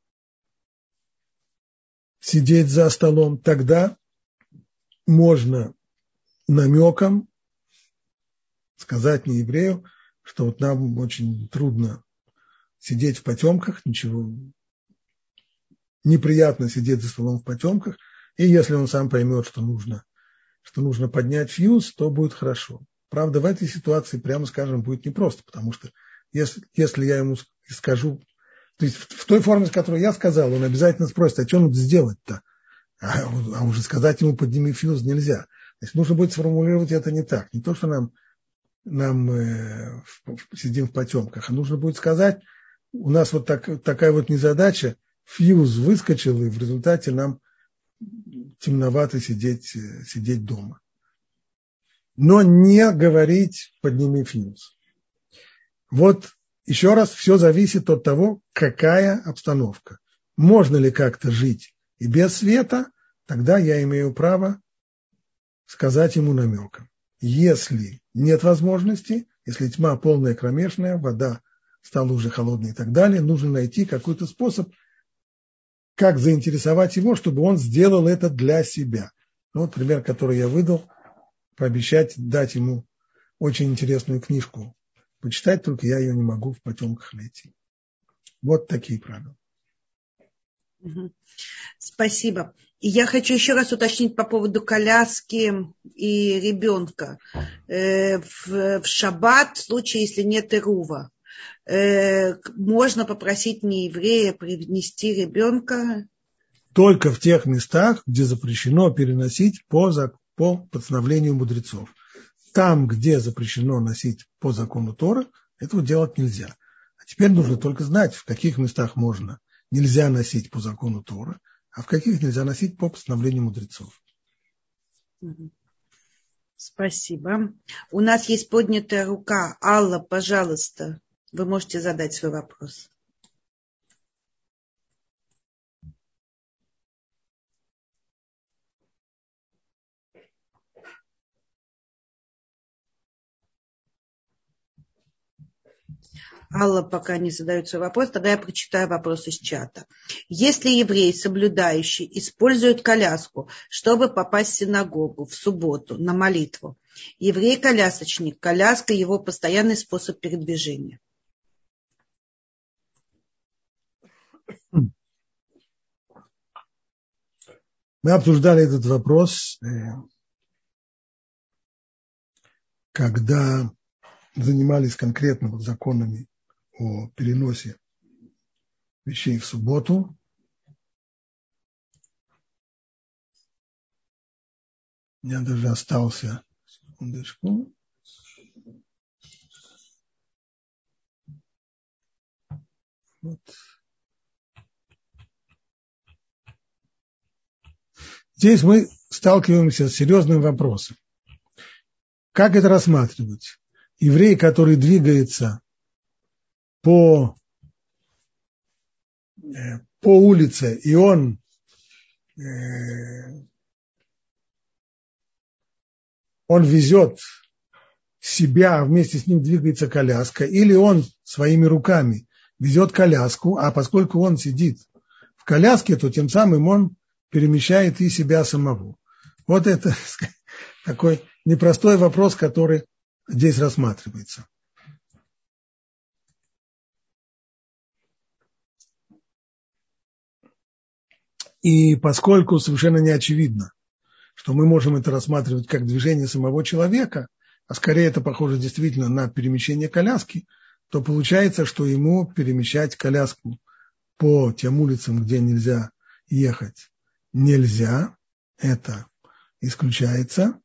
сидеть за столом, тогда можно намеком сказать нееврею, что вот нам очень трудно сидеть в потемках, ничего, неприятно сидеть за столом в потемках, и если он сам поймет, что нужно, что нужно поднять фьюз, то будет хорошо. Правда, в этой ситуации, прямо скажем, будет непросто, потому что если, если я ему скажу, то есть в, в той форме, с которой я сказал, он обязательно спросит, а что надо сделать-то? А, а уже сказать ему подними фьюз нельзя. То есть нужно будет сформулировать это не так. Не то, что нам, нам э, сидим в потемках, а нужно будет сказать, у нас вот так, такая вот незадача, фьюз выскочил, и в результате нам темновато сидеть, сидеть дома. Но не говорить подними фьюз. Вот Еще раз, все зависит от того, какая обстановка. Можно ли как-то жить и без света, тогда я имею право сказать ему намеком. Если нет возможности, если тьма полная, кромешная, вода стала уже холодной и так далее, нужно найти какой-то способ, как заинтересовать его, чтобы он сделал это для себя. Ну, вот пример, который я выдал, пообещать дать ему очень интересную книжку почитать, только я ее не могу в потемках найти. Вот такие правила. Спасибо. И я хочу еще раз уточнить по поводу коляски и ребенка. Э, в, в шаббат, в случае, если нет ирува, э, можно попросить нееврея принести ребенка? Только в тех местах, где запрещено переносить по, по постановлению мудрецов. Там, где запрещено носить по закону Торы, этого делать нельзя. А теперь нужно только знать, в каких местах можно, нельзя носить по закону Торы, а в каких нельзя носить по постановлению мудрецов. Спасибо. У нас есть поднятая рука. Алла, пожалуйста, вы можете задать свой вопрос. Алла пока не задает свой вопрос, тогда я прочитаю вопрос из чата. Если еврей, соблюдающий, использует коляску, чтобы попасть в синагогу в субботу на молитву, еврей-колясочник, коляска – его постоянный способ передвижения. Мы обсуждали этот вопрос, когда занимались конкретно законами о переносе вещей в субботу. У меня даже остался, секундочку. Вот. Здесь мы сталкиваемся с серьезным вопросом. Как это рассматривать? Еврей, который двигается по, по улице, и он он везет себя, а вместе с ним двигается коляска, или он своими руками везет коляску, а поскольку он сидит в коляске, то тем самым он перемещает и себя самого. Вот это такой непростой вопрос, который здесь рассматривается. И поскольку совершенно не очевидно, что мы можем это рассматривать как движение самого человека, а скорее это похоже действительно на перемещение коляски, то получается, что ему перемещать коляску по тем улицам, где нельзя ехать, нельзя. Это исключается,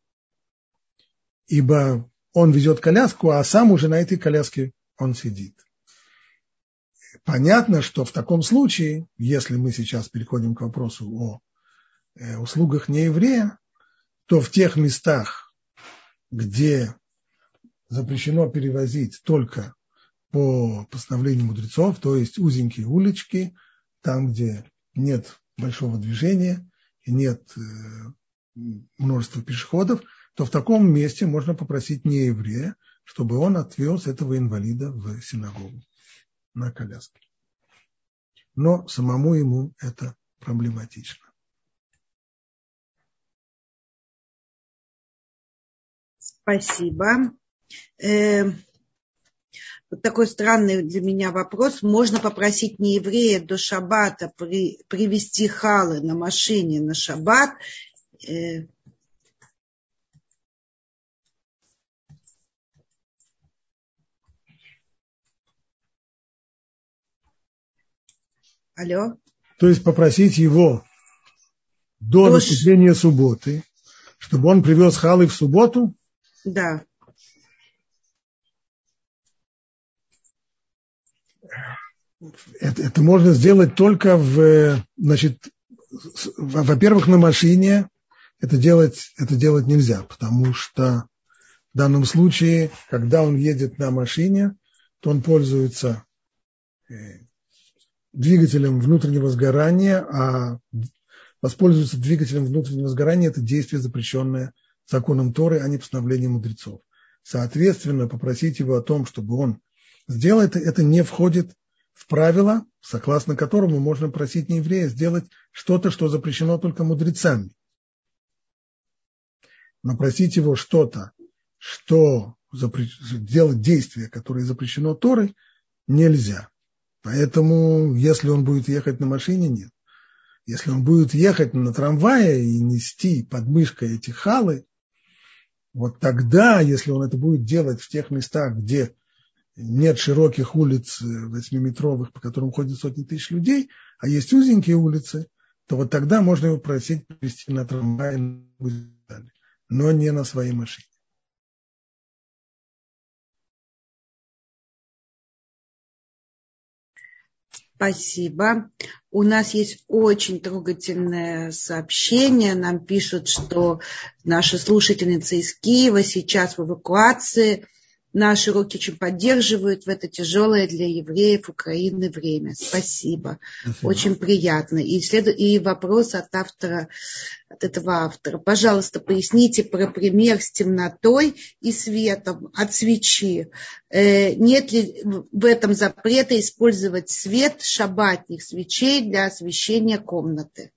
ибо он везет коляску, а сам уже на этой коляске он сидит. Понятно, что в таком случае, если мы сейчас переходим к вопросу о э, услугах нееврея, то в тех местах, где запрещено перевозить только по постановлению мудрецов, то есть узенькие улочки, там, где нет большого движения и нет э, множества пешеходов, то в таком месте можно попросить нееврея, чтобы он отвез этого инвалида в синагогу на коляске. Но самому ему это проблематично. Спасибо. Э, вот такой странный для меня вопрос. Можно попросить нееврея до шаббата при, привезти халы на машине на шаббат? Э, Алло? То есть попросить его до, до наступления ш... субботы, чтобы он привез халы в субботу? Да. Это, это можно сделать только в, значит, во-первых, на машине это делать, это делать нельзя, потому что в данном случае, когда он едет на машине, то он пользуется двигателем внутреннего сгорания, а воспользоваться двигателем внутреннего сгорания – это действие, запрещенное законом Торы, а не постановлением мудрецов. Соответственно, попросить его о том, чтобы он сделал это, это не входит в правило, согласно которому можно просить нееврея сделать что-то, что запрещено только мудрецами. Но просить его что-то, что запрещено, делать действие, которое запрещено Торой, нельзя. Поэтому, если он будет ехать на машине, нет. Если он будет ехать на трамвае и нести под мышкой эти халы, вот тогда, если он это будет делать в тех местах, где нет широких улиц восьмиметровых, по которым ходят сотни тысяч людей, а есть узенькие улицы, то вот тогда можно его просить привезти на трамвае, но не на своей машине. Спасибо. У нас есть очень трогательное сообщение. Нам пишут, что наша слушательница из Киева сейчас в эвакуации. Наши уроки очень поддерживают в это тяжелое для евреев Украины время. Спасибо. Спасибо. Очень приятно. И, след... и вопрос от автора, от этого автора. Пожалуйста, поясните про пример с темнотой и светом от свечи. Э, нет ли в этом запрета использовать свет шаббатных свечей для освещения комнаты?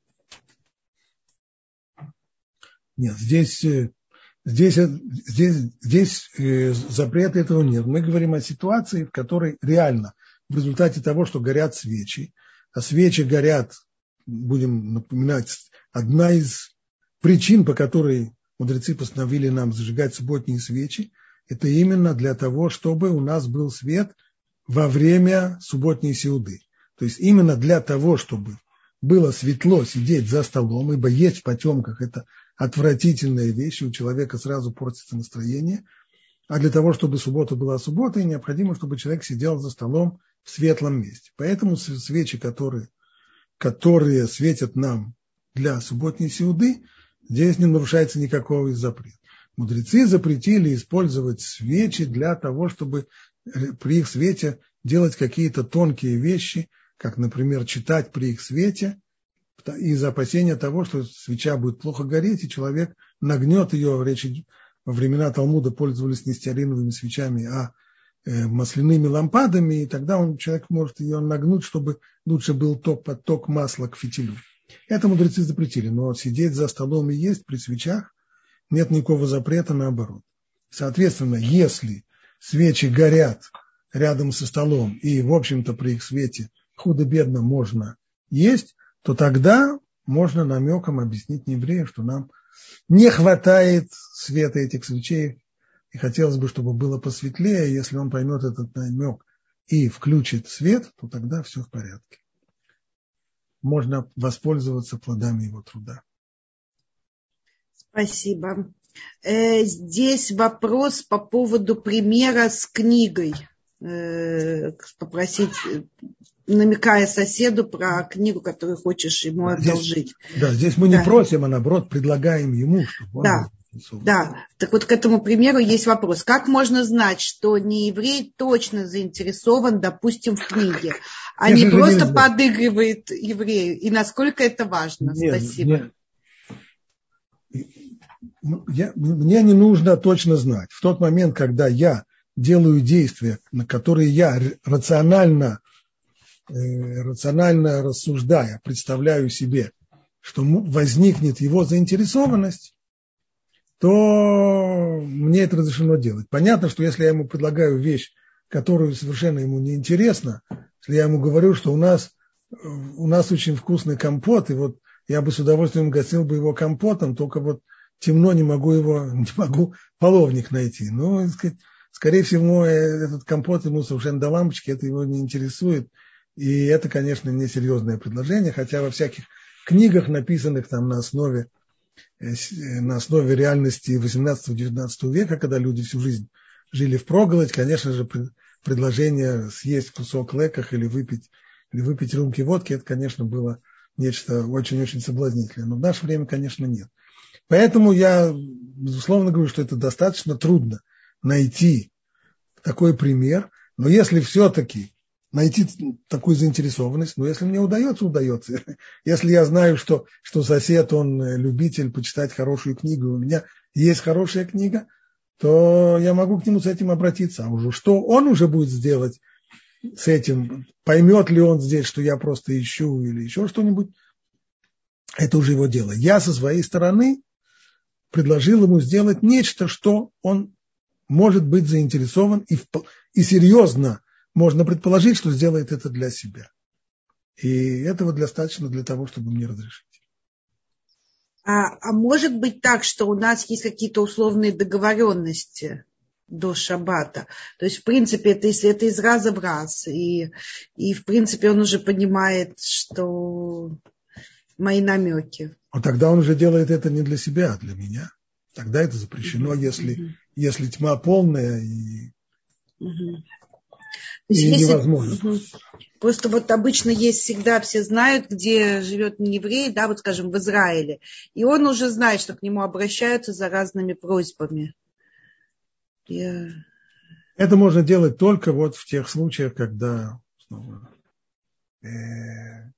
Нет, здесь... Здесь, здесь, здесь э, запрета этого нет. Мы говорим о ситуации, в которой реально в результате того, что горят свечи, а свечи горят, будем напоминать, одна из причин, по которой мудрецы постановили нам зажигать субботние свечи, это именно для того, чтобы у нас был свет во время субботней сеуды. То есть именно для того, чтобы было светло сидеть за столом, ибо есть в потемках это отвратительная вещь, у человека сразу портится настроение. А для того, чтобы суббота была субботой, необходимо, чтобы человек сидел за столом в светлом месте. Поэтому свечи, которые, которые светят нам для субботней сеуды, здесь не нарушается никакого запрета. Мудрецы запретили использовать свечи для того, чтобы при их свете делать какие-то тонкие вещи, как, например, читать при их свете, из-за опасения того, что свеча будет плохо гореть, и человек нагнет ее. Речи во времена Талмуда пользовались не стеариновыми свечами, а э, масляными лампадами, и тогда он, человек может ее нагнуть, чтобы лучше был ток, подток масла к фитилю. Это мудрецы запретили, но сидеть за столом и есть при свечах нет никакого запрета, наоборот. Соответственно, если свечи горят рядом со столом, и, в общем-то, при их свете худо-бедно можно есть, то тогда можно намеком объяснить нееврею, что нам не хватает света этих свечей, и хотелось бы, чтобы было посветлее. Если он поймет этот намек и включит свет, то тогда все в порядке. Можно воспользоваться плодами его труда. Спасибо. Э, здесь вопрос по поводу примера с книгой. Э, попросить... намекая соседу про книгу, которую хочешь ему одолжить. Здесь, да, здесь мы да. не просим, а наоборот предлагаем ему, чтобы он... Да, да. Так вот к этому примеру есть вопрос. Как можно знать, что нееврей точно заинтересован, допустим, в книге, а не просто не подыгрывает еврею? И насколько это важно? Нет, Спасибо. Нет. Я, мне не нужно точно знать. В тот момент, когда я делаю действия, на которые я рационально рационально рассуждая, представляю себе, что возникнет его заинтересованность, то мне это разрешено делать. Понятно, что если я ему предлагаю вещь, которую совершенно ему не интересна, если я ему говорю, что у нас, у нас очень вкусный компот, и вот я бы с удовольствием угостил бы его компотом, только вот темно, не могу его, не могу половник найти. Ну, скорее всего, этот компот ему совершенно до лампочки, это его не интересует. И это, конечно, несерьезное предложение, хотя во всяких книгах, написанных там на основе, на основе реальности восемнадцатого-девятнадцатого века, когда люди всю жизнь жили впроголодь, конечно же, предложение съесть кусок леках или выпить, или выпить рюмки водки, это, конечно, было нечто очень-очень соблазнительное. Но в наше время, конечно, нет. Поэтому я, безусловно, говорю, что это достаточно трудно найти такой пример. Но если все-таки найти такую заинтересованность, ну, если мне удается, удается. Если я знаю, что, что сосед, он любитель почитать хорошую книгу, у меня есть хорошая книга, то я могу к нему с этим обратиться. А уже что он уже будет сделать с этим, поймет ли он здесь, что я просто ищу или еще что-нибудь, это уже его дело. Я со своей стороны предложил ему сделать нечто, что он может быть заинтересован и, и серьезно можно предположить, что сделает это для себя. И этого достаточно для того, чтобы мне разрешить. А, а может быть так, что у нас есть какие-то условные договоренности до шаббата? То есть, в принципе, это, это из раза в раз. И, и, в принципе, он уже понимает, что мои намеки. Но тогда он уже делает это не для себя, а для меня. Тогда это запрещено, mm-hmm. если, mm-hmm. если тьма полная и... Mm-hmm. И если, невозможно. Угу. Просто вот обычно есть всегда, все знают, где живет нееврей, да, вот скажем, в Израиле. И он уже знает, что к нему обращаются за разными просьбами. Я... Это можно делать только вот в тех случаях, когда снова, э,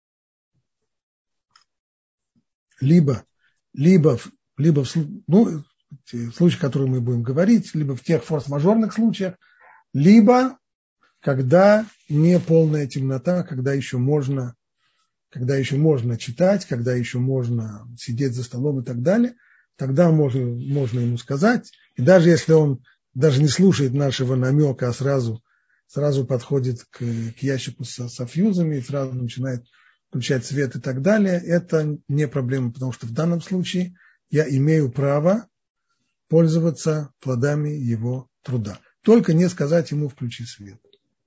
либо, либо, либо в, ну, в случаях, которые мы будем говорить, либо в тех форс-мажорных случаях, либо когда не полная темнота, когда еще можно, когда еще можно читать, когда еще можно сидеть за столом и так далее, тогда можно, можно ему сказать, и даже если он даже не слушает нашего намека, а сразу, сразу подходит к, к ящику со, со фьюзами и сразу начинает включать свет и так далее, это не проблема, потому что в данном случае я имею право пользоваться плодами его труда. Только не сказать ему «включи свет».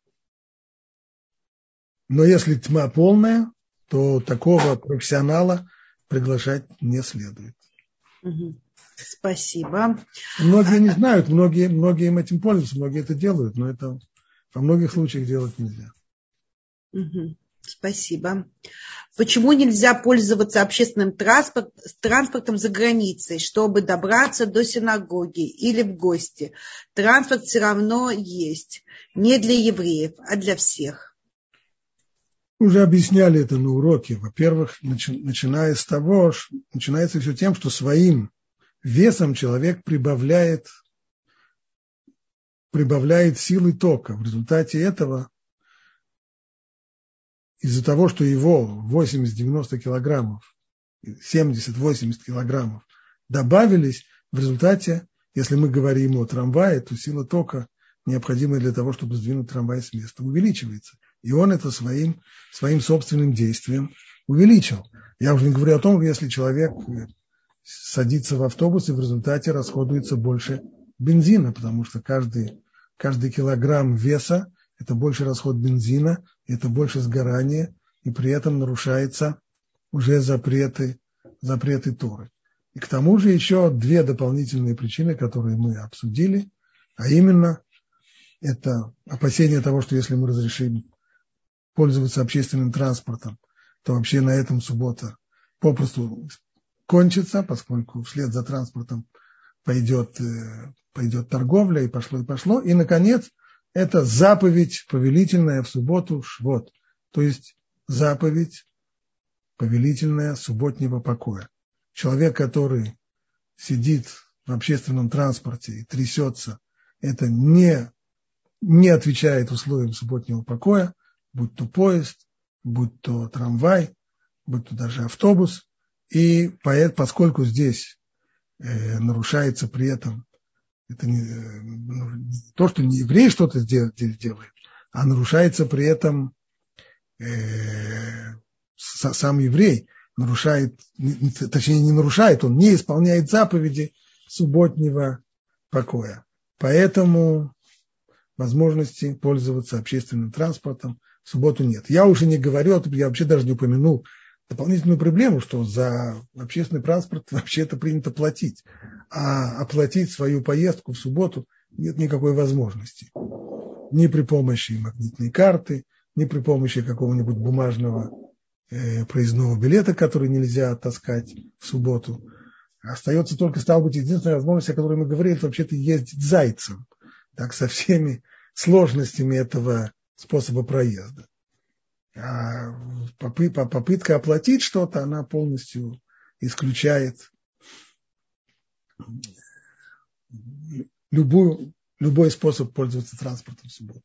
Но если тьма полная, то такого профессионала приглашать не следует. Спасибо. Многие не знают, многие, многие им этим пользуются, многие это делают, но это во многих случаях делать нельзя. Спасибо. Почему нельзя пользоваться общественным транспорт, транспортом за границей, чтобы добраться до синагоги или в гости? Транспорт все равно есть. Не для евреев, а для всех. Уже объясняли это на уроке. Во-первых, начи, начиная с того, что, начинается все тем, что своим весом человек прибавляет, прибавляет силы тока. В результате этого, из-за того, что его восемьдесят-девяносто килограммов, семьдесят-восемьдесят килограммов добавились, в результате, если мы говорим о трамвае, то сила тока, необходимая для того, чтобы сдвинуть трамвай с места, увеличивается. И он это своим, своим собственным действием увеличил. Я уже не говорю о том, если человек садится в автобус и в результате расходуется больше бензина, потому что каждый, каждый килограмм веса – это больше расход бензина, это больше сгорания, и при этом нарушаются уже запреты, запреты Торы. И к тому же еще две дополнительные причины, которые мы обсудили, а именно это опасение того, что если мы разрешим пользоваться общественным транспортом, то вообще на этом суббота попросту кончится, поскольку вслед за транспортом пойдет, пойдет торговля, и пошло, и пошло. И, наконец, это заповедь повелительная в субботу швот, то есть заповедь повелительная субботнего покоя. Человек, который сидит в общественном транспорте и трясется, это не, не отвечает условиям субботнего покоя, будь то поезд, будь то трамвай, будь то даже автобус. И поскольку здесь э, нарушается при этом, это не, э, то, что не еврей что-то здесь делает, а нарушается при этом э, сам еврей, нарушает, точнее не нарушает, он не исполняет заповеди субботнего покоя. Поэтому возможности пользоваться общественным транспортом в субботу нет. Я уже не говорю, я вообще даже не упомянул дополнительную проблему, что за общественный транспорт вообще-то принято платить, а оплатить свою поездку в субботу нет никакой возможности. Ни при помощи магнитной карты, ни при помощи какого-нибудь бумажного э, проездного билета, который нельзя таскать в субботу. Остается только, стало быть, единственная возможность, о которой мы говорили, это вообще-то ездить зайцем. Так со всеми, сложностями этого способа проезда. А попытка оплатить что-то, она полностью исключает любую, любой способ пользоваться транспортом в субботу.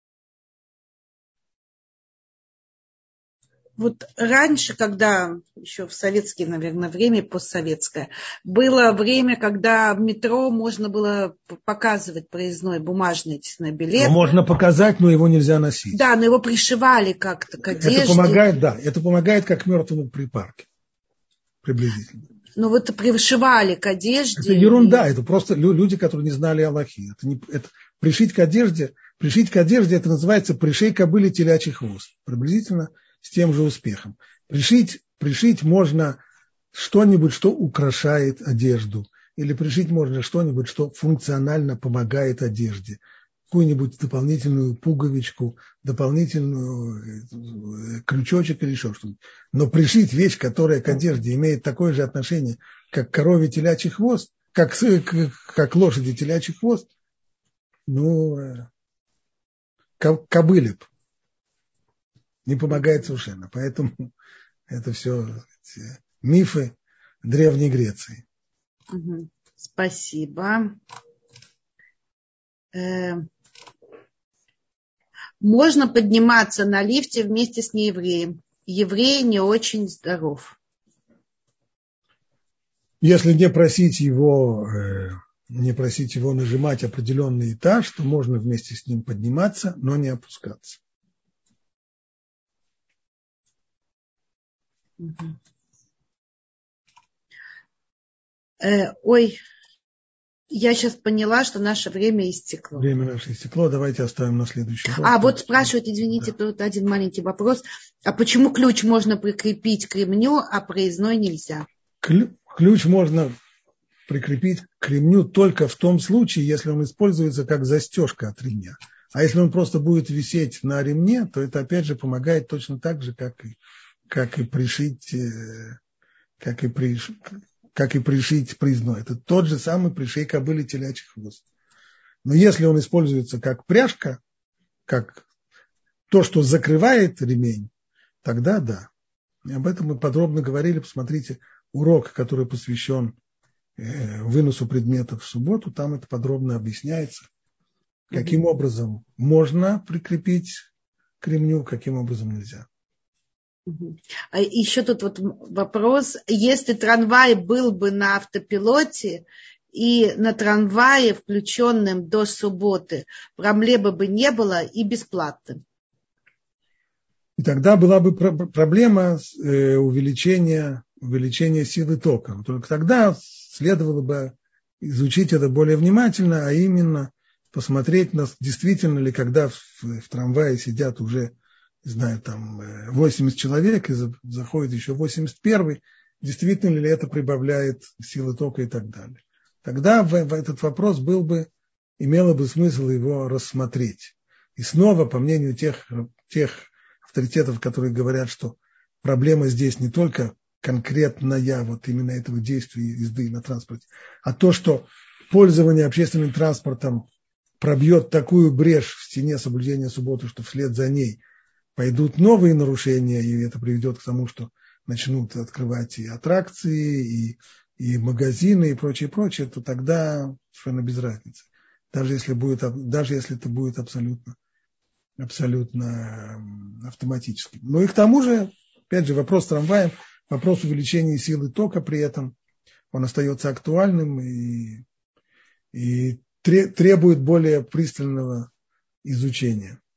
Вот раньше, когда еще в советское, наверное, время, постсоветское, было время, когда в метро можно было показывать проездной бумажный билет. Но можно показать, но его нельзя носить. Да, но его пришивали как-то к одежде. Это помогает, да, это помогает как мертвому припарке. Приблизительно. Ну вот пришивали к одежде. Это ерунда, и... это просто люди, которые не знали Аллахи. Это не, это, пришить к одежде, пришить к одежде, это называется пришей кобыле телячий хвост. Приблизительно с тем же успехом. Пришить, пришить можно что-нибудь, что украшает одежду. Или пришить можно что-нибудь, что функционально помогает одежде. Какую-нибудь дополнительную пуговичку, дополнительную крючочек или еще что-нибудь. Но пришить вещь, которая к одежде имеет такое же отношение, как корове телячий хвост, как, как лошади телячий хвост, ну, кобыле не помогает совершенно. Поэтому это все мифы Древней Греции. Спасибо. Можно подниматься на лифте вместе с неевреем. Еврей не очень здоров. Если не просить его, не просить его нажимать определенный этаж, то можно вместе с ним подниматься, но не опускаться. Угу. Э, ой, я сейчас поняла, что наше время истекло. Время наше истекло, давайте оставим на следующий урок. А, вот спрашивают, извините, да. Тут один маленький вопрос. А почему ключ можно прикрепить к ремню, а проездной нельзя? Ключ можно прикрепить к ремню только в том случае, если он используется как застежка от ремня. А если он просто будет висеть на ремне, то это опять же помогает точно так же, как и, как и пришить, как и пришить, как и пришить проездной. Это тот же самый пришей кобыле телячий хвост. Но если он используется как пряжка, как то, что закрывает ремень, тогда да. И об этом мы подробно говорили. Посмотрите урок, который посвящен выносу предметов в субботу. Там это подробно объясняется, каким mm-hmm. образом можно прикрепить к ремню, каким образом нельзя. А еще тут вот вопрос. Если трамвай был бы на автопилоте и на трамвае, включенном до субботы, проблемы бы не было и бесплатным. И тогда была бы проблема увеличения, увеличения силы тока. Только тогда следовало бы изучить это более внимательно, а именно посмотреть, действительно ли, когда в, в трамвае сидят уже, не знаю, там восемьдесят человек, и заходит еще восемьдесят первый, действительно ли это прибавляет силы тока и так далее. Тогда в, в этот вопрос был бы, имело бы смысл его рассмотреть. И снова, по мнению тех, тех авторитетов, которые говорят, что проблема здесь не только конкретная вот именно этого действия езды на транспорте, а то, что пользование общественным транспортом пробьет такую брешь в стене соблюдения субботы, что вслед за ней пойдут новые нарушения, и это приведет к тому, что начнут открывать и аттракции, и, и магазины, и прочее, прочее, то тогда совершенно без разницы. Даже если, будет, даже если это будет абсолютно, абсолютно автоматическим. Но и к тому же, опять же, вопрос с трамваем, вопрос увеличения силы тока при этом, он остается актуальным и, и требует более пристального изучения.